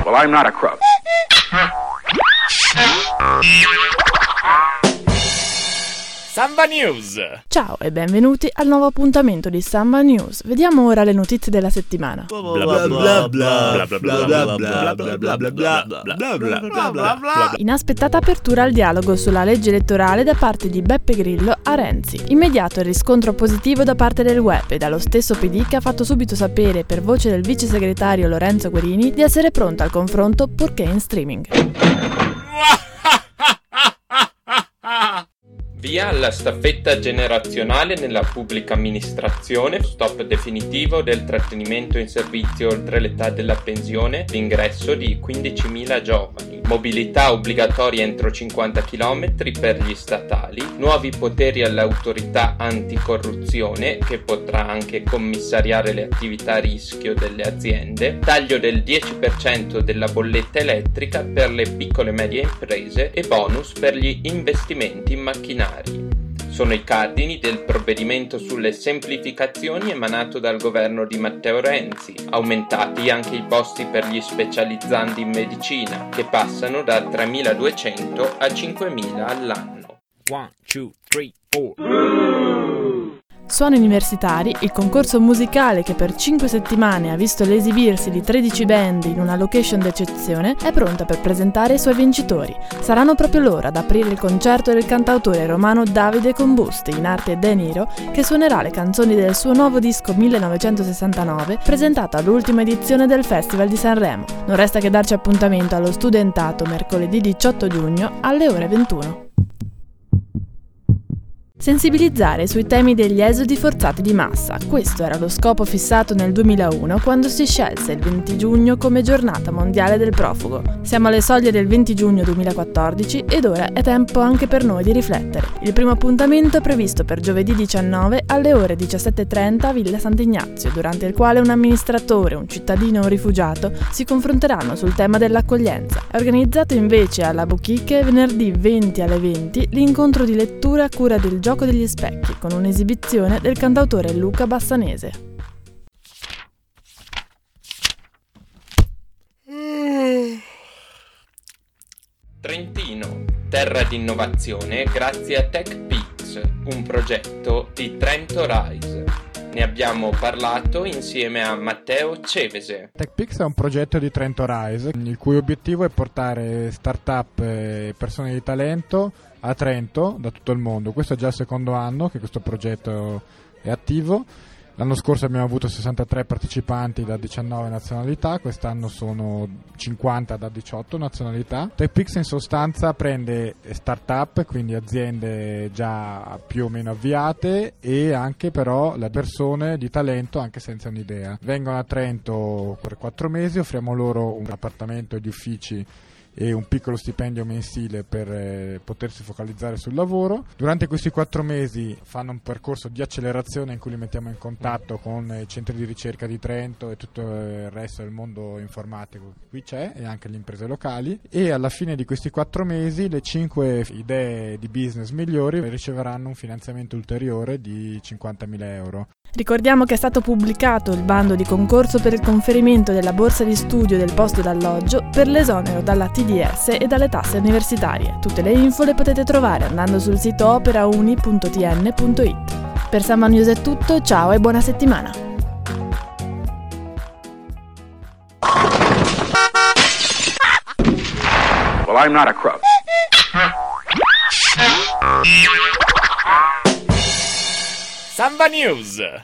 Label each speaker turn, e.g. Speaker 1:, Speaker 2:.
Speaker 1: Well, I'm not a crook.
Speaker 2: Samba News!
Speaker 3: Ciao e benvenuti al nuovo appuntamento di Samba News. Vediamo ora le notizie della settimana. Inaspettata apertura al dialogo sulla legge elettorale da parte di Beppe Grillo a Renzi. Immediato il riscontro positivo da parte del web e dallo stesso PD, che ha fatto subito sapere per voce del vice segretario Lorenzo Guerini di essere pronto al confronto purché in streaming.
Speaker 4: Via alla staffetta generazionale nella pubblica amministrazione, stop definitivo del trattenimento in servizio oltre l'età della pensione, l'ingresso di 15.000 giovani, mobilità obbligatoria entro 50 km per gli statali, nuovi poteri all'autorità anticorruzione che potrà anche commissariare le attività a rischio delle aziende, taglio del 10% della bolletta elettrica per le piccole e medie imprese e bonus per gli investimenti in macchinari. Sono i cardini del provvedimento sulle semplificazioni emanato dal governo di Matteo Renzi, aumentati anche i posti per gli specializzandi in medicina, che passano da 3.200 a 5.000 all'anno.
Speaker 2: 1, 2, 3, 4.
Speaker 3: Suoni universitari, il concorso musicale che per 5 settimane ha visto l'esibirsi di 13 band in una location d'eccezione, è pronta per presentare i suoi vincitori. Saranno proprio loro ad aprire il concerto del cantautore romano Davide Combusti, in arte De Niro, che suonerà le canzoni del suo nuovo disco 1969, presentato all'ultima edizione del Festival di Sanremo. Non resta che darci appuntamento allo Studentato mercoledì 18 giugno alle ore 21. Sensibilizzare sui temi degli esodi forzati di massa. Questo era lo scopo fissato nel 2001 quando si scelse il 20 giugno come giornata mondiale del profugo. Siamo alle soglie del 20 giugno 2014 ed ora è tempo anche per noi di riflettere. Il primo appuntamento è previsto per giovedì 19 alle ore 17:30 a Villa Sant'Ignazio, durante il quale un amministratore, un cittadino o un rifugiato si confronteranno sul tema dell'accoglienza. È organizzato invece alla Bouchiche venerdì 20 alle 20 l'incontro di lettura a cura del Gioco degli Specchi, con un'esibizione del cantautore Luca Bassanese.
Speaker 4: Trentino, terra di innovazione grazie a TechPix, un progetto di Trento Rise. Ne abbiamo parlato insieme a Matteo Cevese.
Speaker 5: TechPix è un progetto di Trento Rise, il cui obiettivo è portare start-up e persone di talento a Trento da tutto il mondo. Questo è già il secondo anno che questo progetto è attivo. L'anno scorso abbiamo avuto 63 partecipanti da 19 nazionalità, quest'anno sono 50 da 18 nazionalità. TechPix in sostanza prende start-up, quindi aziende già più o meno avviate, e anche però le persone di talento anche senza un'idea. Vengono a Trento per 4 mesi, offriamo loro un appartamento e gli uffici e un piccolo stipendio mensile per potersi focalizzare sul lavoro. Durante questi 4 mesi fanno un percorso di accelerazione in cui li mettiamo in contatto con i centri di ricerca di Trento e tutto il resto del mondo informatico che qui c'è, e anche le imprese locali, e alla fine di questi 4 mesi le 5 idee di business migliori riceveranno un finanziamento ulteriore di 50.000 euro.
Speaker 3: Ricordiamo che è stato pubblicato il bando di concorso per il conferimento della borsa di studio del posto d'alloggio per l'esonero dalla TDS e dalle tasse universitarie. Tutte le info le potete trovare andando sul sito operauni.tn.it. Per Samba News è tutto, ciao e buona settimana!
Speaker 1: Well, I'm not a crook.
Speaker 2: Samba News!